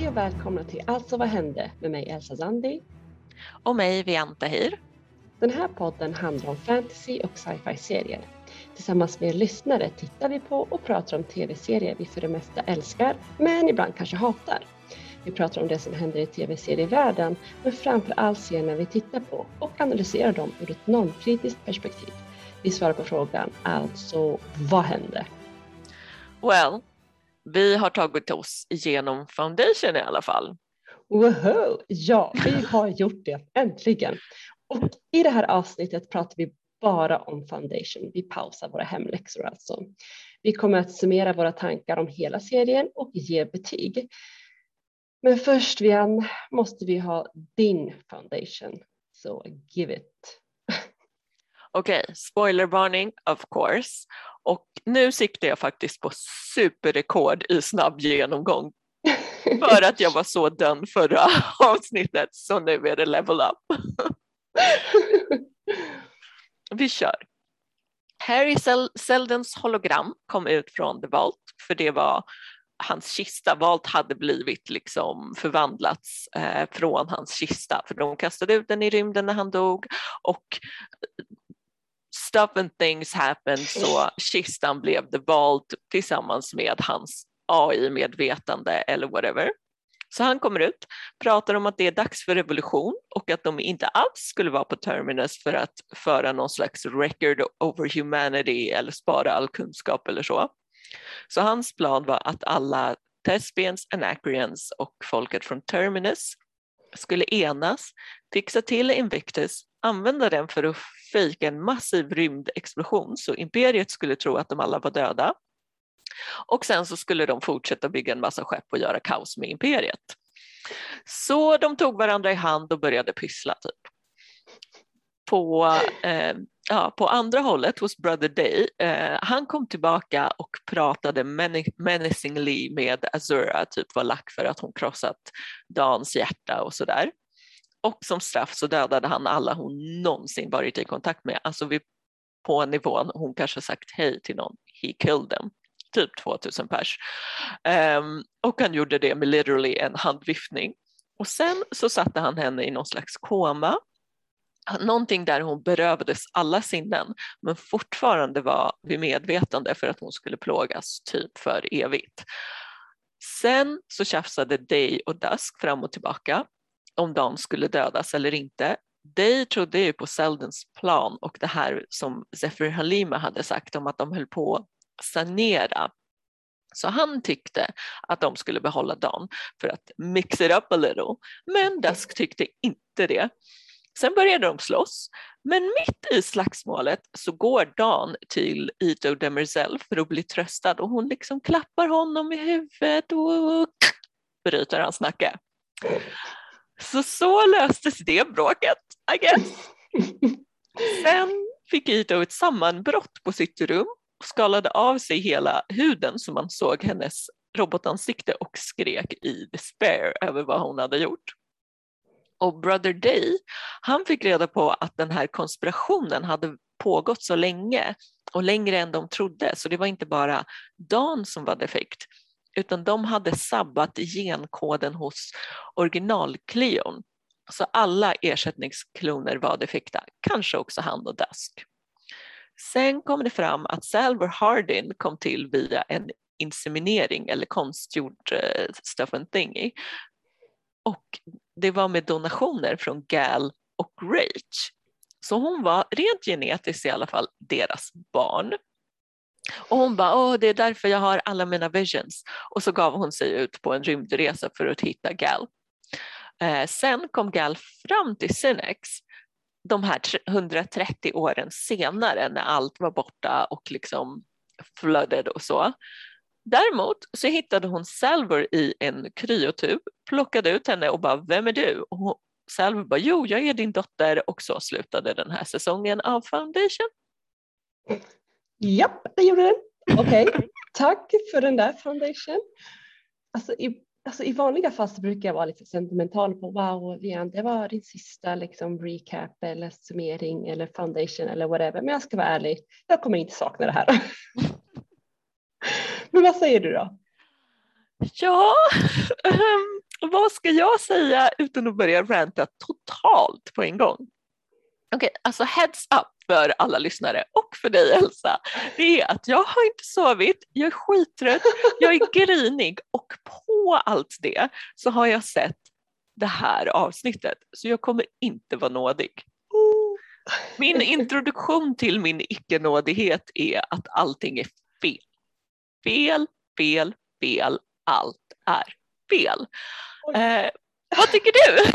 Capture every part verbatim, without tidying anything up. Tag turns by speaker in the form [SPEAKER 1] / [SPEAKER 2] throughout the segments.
[SPEAKER 1] och välkomna till Alltså vad hände med mig Elsa Zandi.
[SPEAKER 2] Och mig Vian Tahir.
[SPEAKER 1] Den här podden handlar om fantasy och sci-fi serier. Tillsammans med er lyssnare tittar vi på och pratar om tv-serier vi för det mesta älskar, men ibland kanske hatar. Vi pratar om det som händer i tv-serievärlden, men framför allt serierna vi tittar på och analyserar dem ur ett normkritiskt perspektiv. Vi svarar på frågan, alltså vad hände?
[SPEAKER 2] Well, vi har tagit oss igenom Foundation i alla fall.
[SPEAKER 1] Woho! Ja, vi har gjort det, äntligen. Och i det här avsnittet pratar vi bara om Foundation. Vi pausar våra hemläxor alltså. Vi kommer att summera våra tankar om hela serien och ge betyg. Men först, Vian, måste vi ha din Foundation. Så so give it.
[SPEAKER 2] Okej, okay, spoilervarning of course. Och nu siktar jag faktiskt på superrekord i snabb genomgång. För att jag var så done förra avsnittet, så nu är det level up. Vi kör. Harry Sel- Seldens hologram kom ut från The Vault, för det var hans kista. Vault hade blivit liksom förvandlats eh, från hans kista, för de kastade ut den i rymden när han dog och stuff and things happened, så kistan blev The Vault tillsammans med hans A I-medvetande eller whatever. Så han kommer ut, pratar om att det är dags för revolution och att de inte alls skulle vara på Terminus för att föra någon slags record over humanity eller spara all kunskap eller så. Så hans plan var att alla Thespians, Anacreans och folket från Terminus skulle enas, fixa till Invictus, använda den för att fejka en massiv rymdexplosion så imperiet skulle tro att de alla var döda. Och sen så skulle de fortsätta bygga en massa skepp och göra kaos med imperiet. Så de tog varandra i hand och började pyssla typ. På, eh, ja, på andra hållet hos Brother Day, eh, han kom tillbaka och pratade men- menacingly med Azura, typ var lack för att hon krossat Dans hjärta och sådär. Och som straff så dödade han alla hon någonsin varit i kontakt med. Alltså vi, på nivån hon kanske sagt hej till någon. He killed them. Typ tvåtusen pers. Um, och han gjorde det med literally en handviftning. Och sen så satte han henne i någon slags koma. Någonting där hon berövades alla sinnen men fortfarande var vid medvetande för att hon skulle plågas typ för evigt. Sen så tjafsade Day och Dusk fram och tillbaka om de skulle dödas eller inte. Day trodde ju på Seldens plan och det här som Zephyr Halima hade sagt om att de höll på att sanera. Så han tyckte att de skulle behålla Dawn för att mix it up a little. Men Dusk tyckte inte det. Sen började de slåss, men mitt i slagsmålet så går Dawn till Ito Demerzel för att bli tröstad och hon liksom klappar honom i huvudet och bryter hans nacke. Så så löstes det bråket, I guess. Sen fick Ito ett sammanbrott på sitt rum och skalade av sig hela huden så man såg hennes robotansikte och skrek i despair över vad hon hade gjort. Och Brother Day, han fick reda på att den här konspirationen hade pågått så länge och längre än de trodde, så det var inte bara Dawn som var defekt utan de hade sabbat genkoden hos original-Cleon. Så alla ersättningskloner var defekta, kanske också han och Dusk. Sen kom det fram att Salvor Hardin kom till via en inseminering eller konstgjord uh, stuff and thingy. Och det var med donationer från Gal och Rach. Så hon var rent genetiskt i alla fall deras barn. Och hon bara, åh det är därför jag har alla mina visions. Och så gav hon sig ut på en rymdresa för att hitta Gal. Eh, sen kom Gal fram till Synex de här hundratrettio åren senare när allt var borta och liksom flooded och så. Däremot så hittade hon Salvor i en kryotub, plockade ut henne och bara, vem är du? Och Salvor bara, jo jag är din dotter, och så slutade den här säsongen av Foundation.
[SPEAKER 1] Japp, det gjorde den. Okej, okay. Tack för den där Foundation. Alltså i, alltså i vanliga fall så brukar jag vara lite sentimental på wow, Vian, det var din sista liksom recap eller summering eller Foundation eller whatever. Men jag ska vara ärlig, jag kommer inte sakna det här. Men vad säger du då?
[SPEAKER 2] Ja, um, vad ska jag säga utan att börja ranta totalt på en gång? Okej, okay, alltså heads up för alla lyssnare och för dig Elsa. Det är att jag har inte sovit, jag är skittrött, jag är grinig och på allt det så har jag sett det här avsnittet. Så jag kommer inte vara nådig. Min introduktion till min icke-nådighet är att allting är fel. Fel, fel, fel. Allt är fel. Eh, vad tycker du?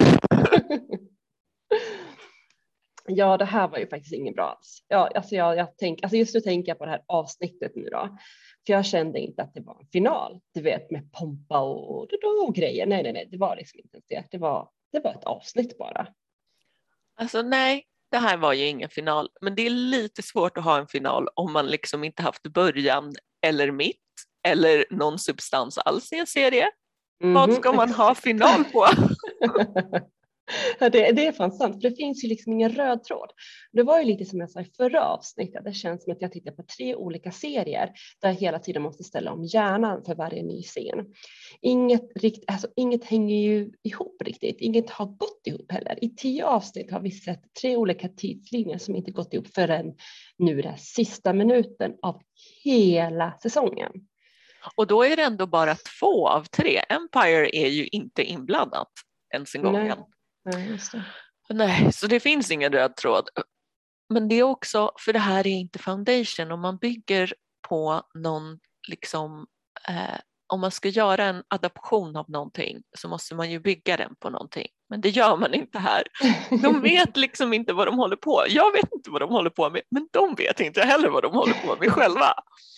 [SPEAKER 1] Ja, det här var ju faktiskt inget bra alls. Ja, alltså, jag, jag tänk, alltså just nu tänker jag på det här avsnittet nu då. För jag kände inte att det var en final. Du vet, med pompa och, och, och grejer. Nej, nej, nej. Det var liksom inte det. Det var, det var ett avsnitt bara.
[SPEAKER 2] Alltså nej, det här var ju ingen final. Men det är lite svårt att ha en final om man liksom inte haft början eller mitt. Eller någon substans alls i en serie. Mm-hmm. Vad ska man ha final på?
[SPEAKER 1] det, det är fan sant, för det finns ju liksom ingen röd tråd. Det var ju lite som jag sa i förra avsnittet. Det känns som att jag tittar på tre olika serier där jag hela tiden måste ställa om hjärnan för varje ny scen. Inget, rikt, alltså, inget hänger ju ihop riktigt. Inget har gått ihop heller. I tio avsnitt har vi sett tre olika tidslinjer som inte gått ihop förrän nu den sista minuten av hela säsongen.
[SPEAKER 2] Och då är det ändå bara två av tre. Empire är ju inte inblandat ens en gång.
[SPEAKER 1] Nej. Nej, just det.
[SPEAKER 2] Nej, så det finns ingen röd tråd. Men det är också, för det här är inte foundation. Om man bygger på någon, liksom, eh, om man ska göra en adaption av någonting så måste man ju bygga den på någonting. Men det gör man inte här. De vet liksom inte vad de håller på. Jag vet inte vad de håller på med, men de vet inte heller vad de håller på med själva.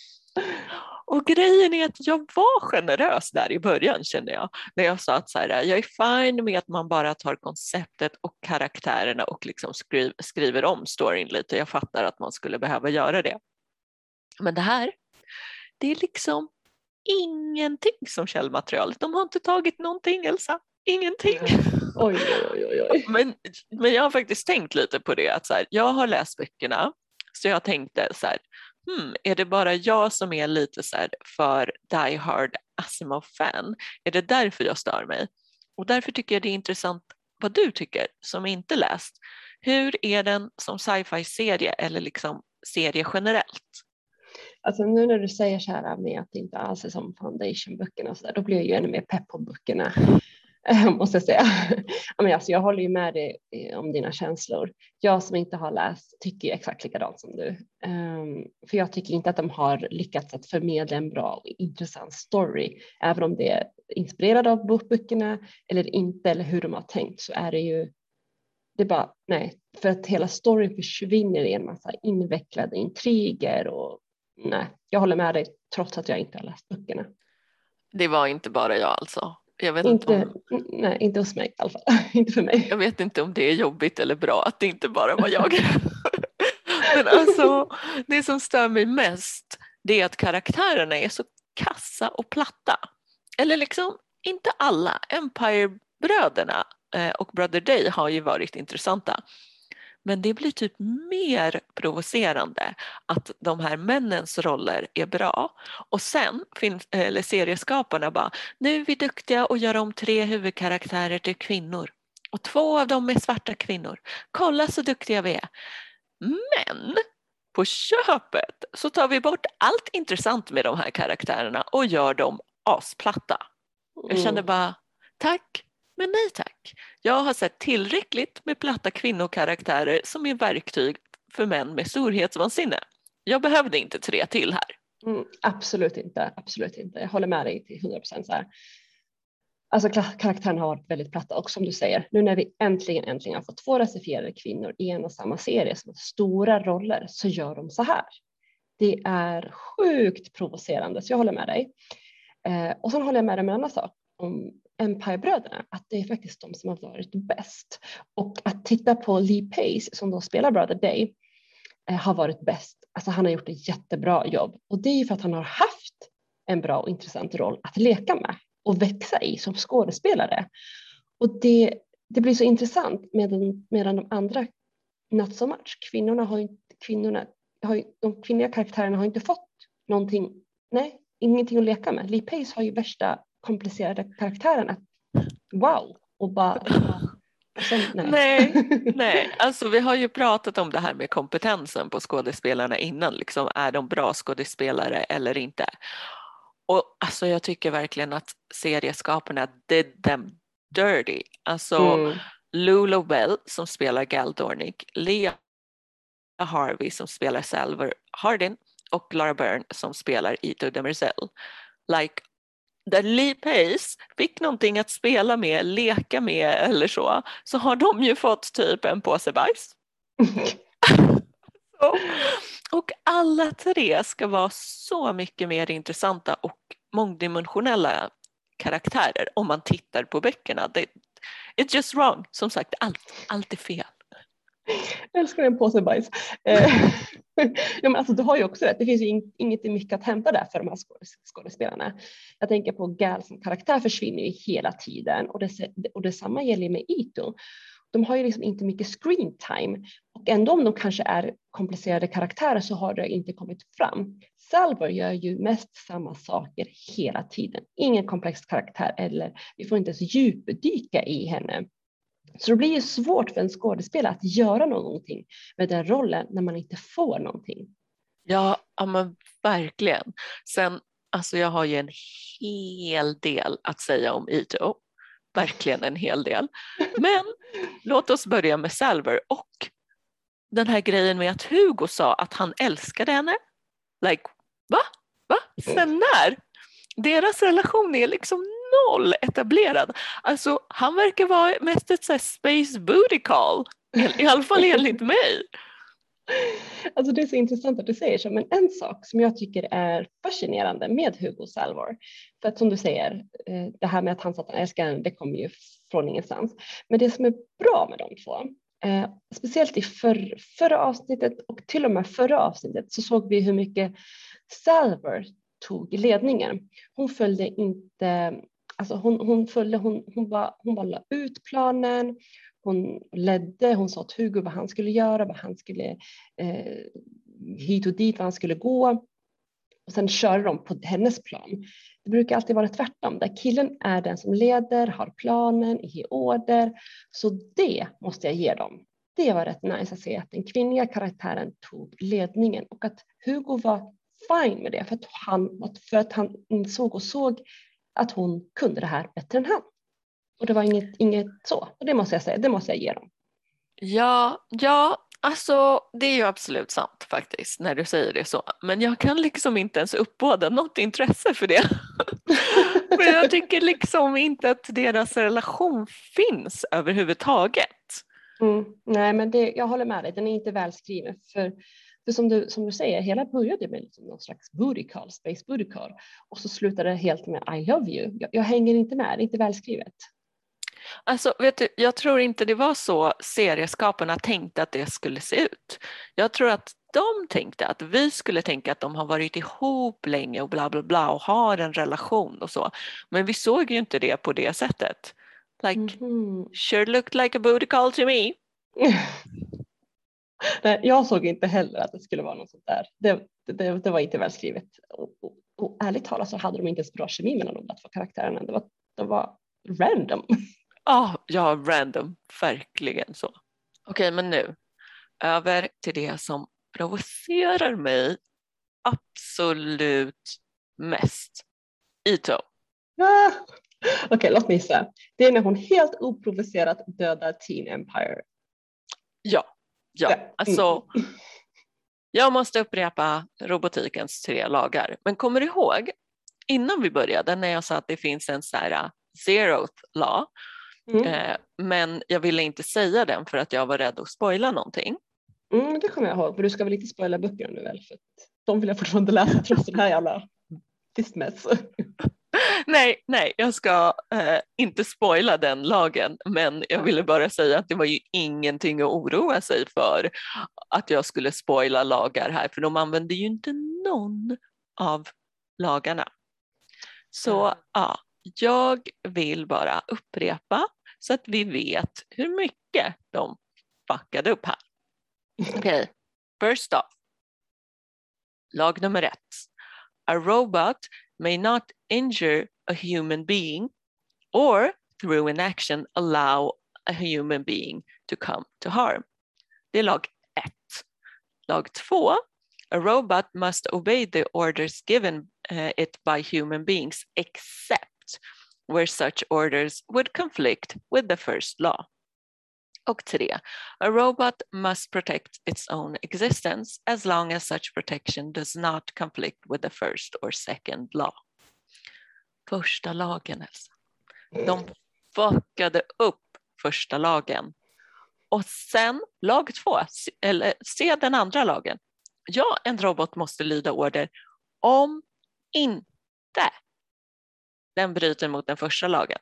[SPEAKER 2] Och grejen är att jag var generös där i början, kände jag. När jag sa att så här, jag är fine med att man bara tar konceptet och karaktärerna och liksom skriv, skriver om storyn lite. Jag fattar att man skulle behöva göra det. Men det här, det är liksom ingenting som källmaterial. De har inte tagit någonting, Elsa. Ingenting.
[SPEAKER 1] Oj, oj, oj, oj.
[SPEAKER 2] Men, men jag har faktiskt tänkt lite på det. Att så här, jag har läst böckerna, så jag tänkte så här, Hmm, är det bara jag som är lite så här för Die Hard Asimov-fan? Är det därför jag stör mig? Och därför tycker jag det är intressant vad du tycker som inte läst. Hur är den som sci-fi-serie eller liksom serie generellt?
[SPEAKER 1] Alltså nu när du säger så här med att det inte alls är som Foundation-böckerna och så där, då blir jag ju ännu mer pepp på böckerna. Måste jag säga. Men alltså, jag håller ju med dig om dina känslor. Jag som inte har läst tycker exakt likadant som du. Um, för jag tycker inte att de har lyckats att förmedla en bra och intressant story. Även om det är inspirerad av bokböckerna eller inte, eller hur de har tänkt, så är det ju det är bara, nej. För att hela storyn försvinner i en massa invecklade intriger och nej. Jag håller med dig trots att jag inte har läst böckerna.
[SPEAKER 2] Det var inte bara jag alltså. Jag vet
[SPEAKER 1] inte,
[SPEAKER 2] inte om...
[SPEAKER 1] Nej, inte hos mig i alla fall. Inte för mig.
[SPEAKER 2] Jag vet inte om det är jobbigt eller bra att det inte bara var jag. Men alltså, det som stör mig mest, det är att karaktärerna är så kassa och platta. Eller liksom, inte alla. Empire-bröderna eh, och Brother Day har ju varit intressanta. Men det blir typ mer provocerande att de här männens roller är bra. Och sen finns, eller serieskaparna bara, nu är vi duktiga och gör om tre huvudkaraktärer till kvinnor. Och två av dem är svarta kvinnor. Kolla så duktiga vi är. Men på köpet så tar vi bort allt intressant med de här karaktärerna och gör dem asplatta. Jag känner bara, tack. Men nej tack. Jag har sett tillräckligt med platta kvinnokaraktärer som är verktyg för män med storhetsvansinne. Jag behövde inte tre till här.
[SPEAKER 1] Mm, absolut inte, absolut inte. Jag håller med dig till hundra procent så här. Alltså karaktärerna har varit väldigt platta och som du säger, nu när vi äntligen äntligen har fått två rasifierade kvinnor i en och samma serie som har stora roller, så gör de så här. Det är sjukt provocerande, så jag håller med dig. Eh, och sen håller jag med dig med en annan sak om Empire-bröderna, att det är faktiskt de som har varit bäst. Och att titta på Lee Pace som då spelar Brother Day eh, har varit bäst. Alltså han har gjort ett jättebra jobb. Och det är ju för att han har haft en bra och intressant roll att leka med och växa i som skådespelare. Och det, det blir så intressant medan, medan de andra not so much. Kvinnorna har inte, kvinnorna har, de kvinnliga karaktärerna har inte fått någonting, nej, ingenting att leka med. Lee Pace har ju värsta komplicerade karaktärerna wow. Och bara... Och sen, nej.
[SPEAKER 2] nej, nej. Alltså vi har ju pratat om det här med kompetensen på skådespelarna innan. Liksom, är de bra skådespelare eller inte? Och alltså jag tycker verkligen att serieskaparna did them dirty. Alltså
[SPEAKER 1] Mm.
[SPEAKER 2] Lula Bell som spelar Gal Dornick, Lea Harvey som spelar Salvor Hardin och Laura Byrne som spelar Ito Demerzel. Like, där Lee Pace fick någonting att spela med, leka med eller så, så har de ju fått typ en påse bajs. så, och alla tre ska vara så mycket mer intressanta och mångdimensionella karaktärer om man tittar på böckerna. Det, it's just wrong. Som sagt, allt, allt är fel.
[SPEAKER 1] Jag älskar en påse bajs. ja, men alltså, du har ju också rätt. Det finns ju in, inget mycket att hämta där för de här skådespelarna. Jag tänker på Gal som karaktär försvinner ju hela tiden. Och, det, och detsamma gäller med Ito. De har ju liksom inte mycket screen time. Och ändå om de kanske är komplicerade karaktärer så har det inte kommit fram. Salvor gör ju mest samma saker hela tiden. Ingen komplex karaktär eller vi får inte ens djupdyka i henne. Så det blir ju svårt för en skådespelare att göra någonting med den rollen när man inte får någonting.
[SPEAKER 2] Ja, ja men verkligen. Sen, alltså jag har ju en hel del att säga om Ito. Verkligen en hel del. Men låt oss börja med Salvor och den här grejen med att Hugo sa att han älskade henne. Like, va? Va? Sen när? Deras relation är liksom noll etablerad. Alltså, han verkar vara mest ett så här space booty call. I alla fall enligt mig.
[SPEAKER 1] Alltså det är så intressant att du säger så, men en sak som jag tycker är fascinerande med Hugo Salvor, för att som du säger, det här med att han sa att han älskar henne, det kommer ju från ingenstans. Men det som är bra med de två, eh, speciellt i för, förra avsnittet och till och med förra avsnittet så såg vi hur mycket Salvor tog ledningen. Hon följde inte, alltså hon, hon följde, hon, hon bara, hon bara la ut planen. Hon ledde, hon sa till Hugo vad han skulle göra, vad han skulle eh, hit och dit, vad han skulle gå. Och sen körde de på hennes plan. Det brukar alltid vara tvärtom, där killen är den som leder, har planen i order. Så det måste jag ge dem. Det var rätt nice att se att den kvinnliga karaktären tog ledningen och att Hugo var fine med det för att han, för att han insåg och såg att hon kunde det här bättre än han. Och det var inget, inget så. Och det måste jag säga, det måste jag ge dem.
[SPEAKER 2] Ja, ja, alltså det är ju absolut sant faktiskt när du säger det så. Men jag kan liksom inte ens uppbåda något intresse för det. För jag tycker liksom inte att deras relation finns överhuvudtaget.
[SPEAKER 1] Mm, nej, men det, jag håller med dig. Den är inte välskriven. För, för som, du, som du säger, hela började med liksom någon slags booty call, space booty call. Och så slutade det helt med I love you. Jag, jag hänger inte med, det är inte välskrivet.
[SPEAKER 2] Alltså, vet du, jag tror inte det var så serieskaparna tänkte att det skulle se ut. Jag tror att de tänkte att vi skulle tänka att de har varit ihop länge och bla bla bla och har en relation och så. Men vi såg ju inte det på det sättet. Like, mm-hmm. Sure looked like a booty call to me.
[SPEAKER 1] Nej, jag såg inte heller att det skulle vara något sånt där. Det, det, det var inte välskrivet. Och, och, och ärligt talat så hade de inte ens bra kemi mellan de där två karaktärerna. Det var, det var random.
[SPEAKER 2] Oh, ja, random. Verkligen så. Okej, men nu över till det som provocerar mig absolut mest. Ito.
[SPEAKER 1] Ah, Okej, okay, låt mig gissa. Det är när hon helt oprovocerat dödar Teen Empire.
[SPEAKER 2] Ja, ja. Alltså, jag måste upprepa robotikens tre lagar. Men kommer du ihåg, innan vi började, när jag sa att det finns en så här zeroth law, mm. eh, men jag ville inte säga den för att jag var rädd att spoila någonting.
[SPEAKER 1] Mm, det kommer jag ihåg, för du ska väl inte spoila böckerna nu väl? För de vill jag fortfarande läsa trots den här jävla pissmess.
[SPEAKER 2] Nej, nej, jag ska eh, inte spoila den lagen, men jag ville bara säga att det var ju ingenting att oroa sig för att jag skulle spoila lagar här, för de använder ju inte någon av lagarna. Så ja, jag vill bara upprepa så att vi vet hur mycket de fuckade upp här. Okej, okay. First off. Lag nummer ett. A robot may not injure a human being or through inaction allow a human being to come to harm. Det är lag ett. Lag två. A robot must obey the orders given uh, it by human beings except where such orders would conflict with the first law. Och tre. A robot must protect its own existence as long as such protection does not conflict with the first or second law. Första lagen, Elsa. De fuckade upp första lagen. Och sen lag två, eller se den andra lagen. Ja, en robot måste lyda order om inte den bryter mot den första lagen.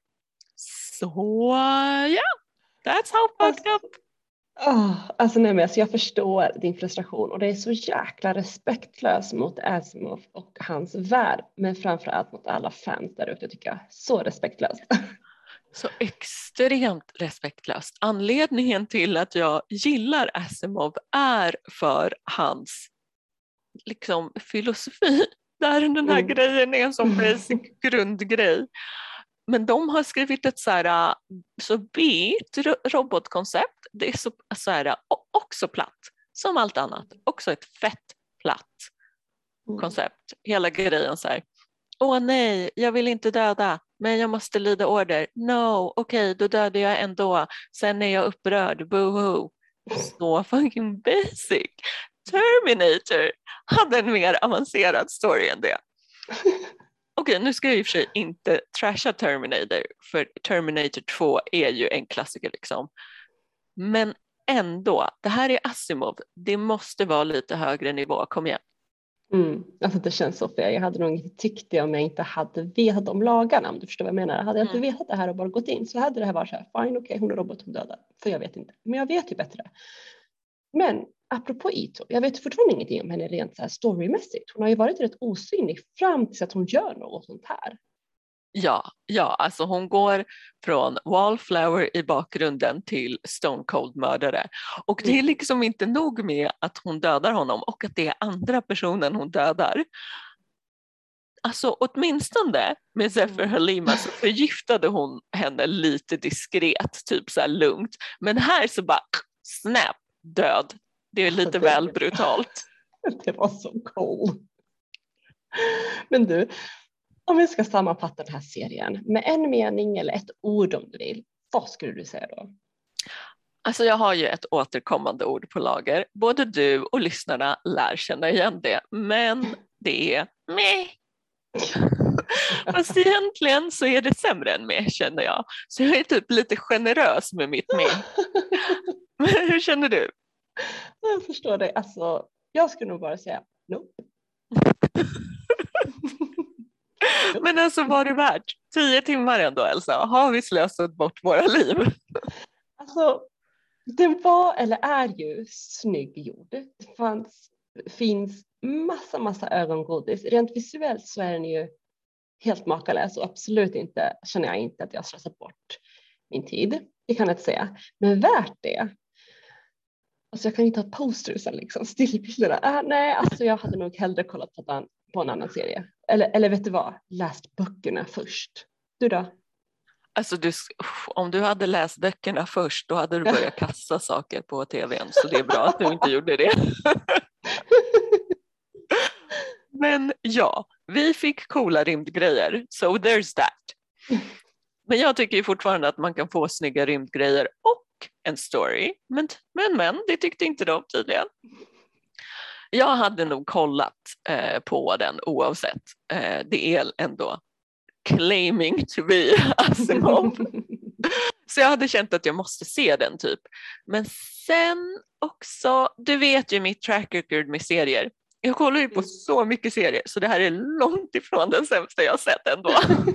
[SPEAKER 2] Så ja, yeah, that's how fucked
[SPEAKER 1] alltså,
[SPEAKER 2] up.
[SPEAKER 1] Oh, alltså nej, men alltså jag förstår din frustration och det är så jäkla respektlöst mot Asimov och hans värld, men framförallt mot alla fans där ute tycker jag. Så respektlöst.
[SPEAKER 2] Så extremt respektlöst. Anledningen till att jag gillar Asimov är för hans liksom filosofi. Där den här mm. grejen är en sån basic grundgrej. Men de har skrivit ett så här så bit robotkoncept. Det är så, så här, också platt som allt annat. Också ett fett platt mm. koncept. Hela grejen så här. Åh nej, jag vill inte döda. Men jag måste lyda order. No, okej, okay, då dödar jag ändå. Sen är jag upprörd. Boohoo. Så fucking basic. Terminator hade en mer avancerad story än det. Okej, okay, nu ska jag i och för sig inte trasha Terminator. För Terminator två är ju en klassiker liksom. Men ändå, det här är Asimov. Det måste vara lite högre nivå. Kom igen.
[SPEAKER 1] Mm, alltså det känns så fel. Jag hade nog inte tyckt det om jag inte hade vetat om lagarna, om du förstår vad jag menar. Hade jag inte mm. vetat det här och bara gått in så hade det här varit så här, fine, okej, okay, hon är robot, hon dödar. För jag vet inte. Men jag vet ju bättre. Men apropå Ito, jag vet fortfarande ingenting om henne rent så här storymässigt. Hon har ju varit rätt osynlig fram tills att hon gör något sånt här.
[SPEAKER 2] Ja, ja, alltså hon går från Wallflower i bakgrunden till Stone Cold-mördare. Och det är liksom inte nog med att hon dödar honom och att det är andra personen hon dödar. Alltså åtminstone med Zephyr Halima så förgiftade hon henne lite diskret, typ så här lugnt. Men här så bara snap, död. Det är lite det, väl brutalt.
[SPEAKER 1] Det var så cool. Men du, om vi ska sammanfatta den här serien med en mening eller ett ord om du vill, vad skulle du säga då?
[SPEAKER 2] Alltså jag har ju ett återkommande ord på lager. Både du och lyssnarna lär känna igen det, men det är meh. Fast egentligen så är det sämre än meh, känner jag. Så jag är typ lite generös med mitt meh. Men hur känner du?
[SPEAKER 1] Jag förstår dig. Alltså, jag skulle nog bara säga nope.
[SPEAKER 2] Men alltså var det värt? Tio timmar ändå, Elsa. Har vi slösat bort våra liv?
[SPEAKER 1] Alltså, det var eller är ju snygg gjord. Det fanns, finns massa, massa ögongodis. Rent visuellt så är den ju helt makalös och absolut inte, känner jag inte att jag har slösat bort min tid. Det kan jag inte säga. Men värt det. Alltså jag kan inte ha posters liksom, stillbilderna. Ah, nej, alltså jag hade nog hellre kollat på en, på en annan serie. Eller, eller vet du vad? Läst böckerna först. Du då?
[SPEAKER 2] Alltså du, om du hade läst böckerna först då hade du börjat kasta saker på tvn. Så det är bra att du inte gjorde det. Men ja, vi fick coola rymdgrejer. So there's that. Men jag tycker ju fortfarande att man kan få snygga rymdgrejer och en story. Men, men, men, det tyckte inte de tydligen. Jag hade nog kollat eh, på den oavsett. Eh, det är ändå claiming to be Asimov. Så jag hade känt att jag måste se den typ. Men sen också, du vet ju mitt track record med serier. Jag kollar ju på så mycket serier så det här är långt ifrån den sämsta jag har sett ändå.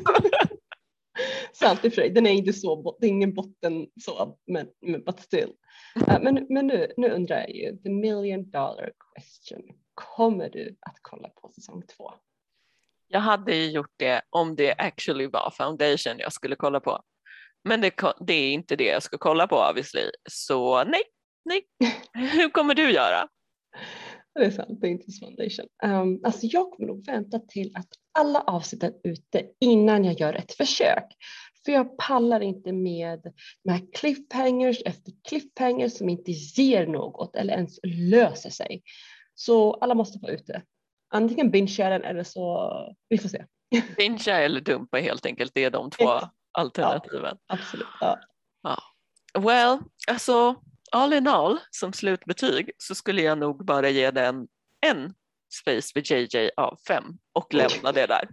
[SPEAKER 1] Sant i för dig, den är inte så, det är ingen botten så, men, men but still. Uh, men men nu, nu undrar jag ju, the million dollar question. Kommer du att kolla på säsong två?
[SPEAKER 2] Jag hade ju gjort det om det actually var Foundation jag skulle kolla på. Men det, det är inte det jag ska kolla på obviously. Så nej, nej. Hur kommer du göra?
[SPEAKER 1] Det är sant, det är inte Foundation. Um, alltså jag kommer nog vänta till att alla avsnitt är ute innan jag gör ett försök. För För jag pallar inte med de här cliffhangers efter cliffhangers som inte ger något eller ens löser sig. Så alla måste få ut det. Antingen bingea den eller så, vi får se.
[SPEAKER 2] Bingea eller dumpa helt enkelt, det är de två
[SPEAKER 1] Ex-
[SPEAKER 2] alternativen.
[SPEAKER 1] Ja, absolut, ja.
[SPEAKER 2] Ja. Well, alltså all in all som slutbetyg så skulle jag nog bara ge den en Space för J J av fem och lämna det där.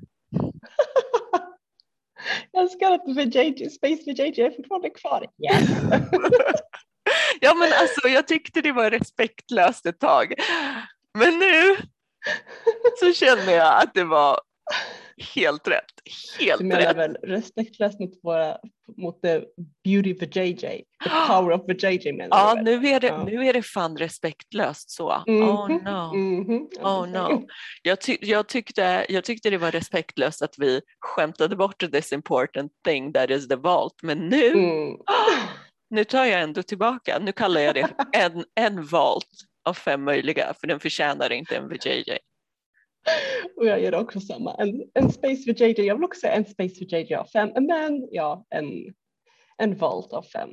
[SPEAKER 1] Jag älskar att för J J, Space för J J är fortfarande kvar. Yes.
[SPEAKER 2] Ja men alltså jag tyckte det var respektlöst ett tag. Men nu så känner jag att det var helt rätt. Helt
[SPEAKER 1] Du menar
[SPEAKER 2] rätt.
[SPEAKER 1] väl respektlöst mot, våra, mot the beauty för J J? The power of för J J menar
[SPEAKER 2] Ja,
[SPEAKER 1] du väl?
[SPEAKER 2] nu är, det,
[SPEAKER 1] Ja.
[SPEAKER 2] nu är det fan respektlöst så.
[SPEAKER 1] Mm-hmm.
[SPEAKER 2] Oh no.
[SPEAKER 1] Mm-hmm.
[SPEAKER 2] Oh no. Jag, ty- jag, tyckte, jag tyckte det var respektlöst att vi skämtade bort this important thing that is the vault. Men nu,
[SPEAKER 1] Mm.
[SPEAKER 2] nu tar jag ändå tillbaka. Nu kallar jag det en, en vault av fem möjliga. För den förtjänar inte en för J J.
[SPEAKER 1] Och jag gör också samma. En, en space för J J. Jag vill också säga en space för J J av fem. Men ja, en, en vault av fem.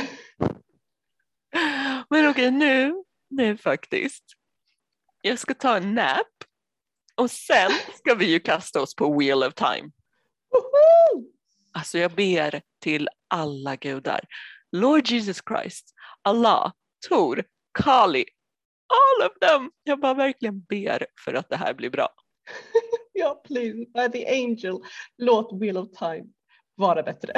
[SPEAKER 2] Men okej, nu, nu faktiskt. Jag ska ta en nap. Och sen ska vi ju kasta oss på Wheel of Time.
[SPEAKER 1] Woho!
[SPEAKER 2] Alltså jag ber till alla gudar. Lord Jesus Christ, Allah, Tor, Kali, all of them. Jag bara verkligen ber för att det här blir bra.
[SPEAKER 1] Ja, please. By the angel, låt Wheel of Time vara bättre.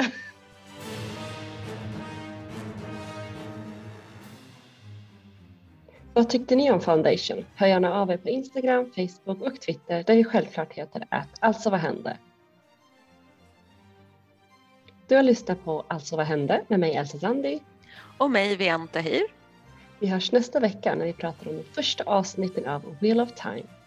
[SPEAKER 1] Vad tyckte ni om Foundation? Hör gärna av er på Instagram, Facebook och Twitter där vi självklart heter att Alltså vad hände? Du har lyssnat på Alltså vad hände med mig Elsa Zandi.
[SPEAKER 2] Och mig Vian Tahir.
[SPEAKER 1] Vi hörs nästa vecka när vi pratar om de första avsnitten av Wheel of Time.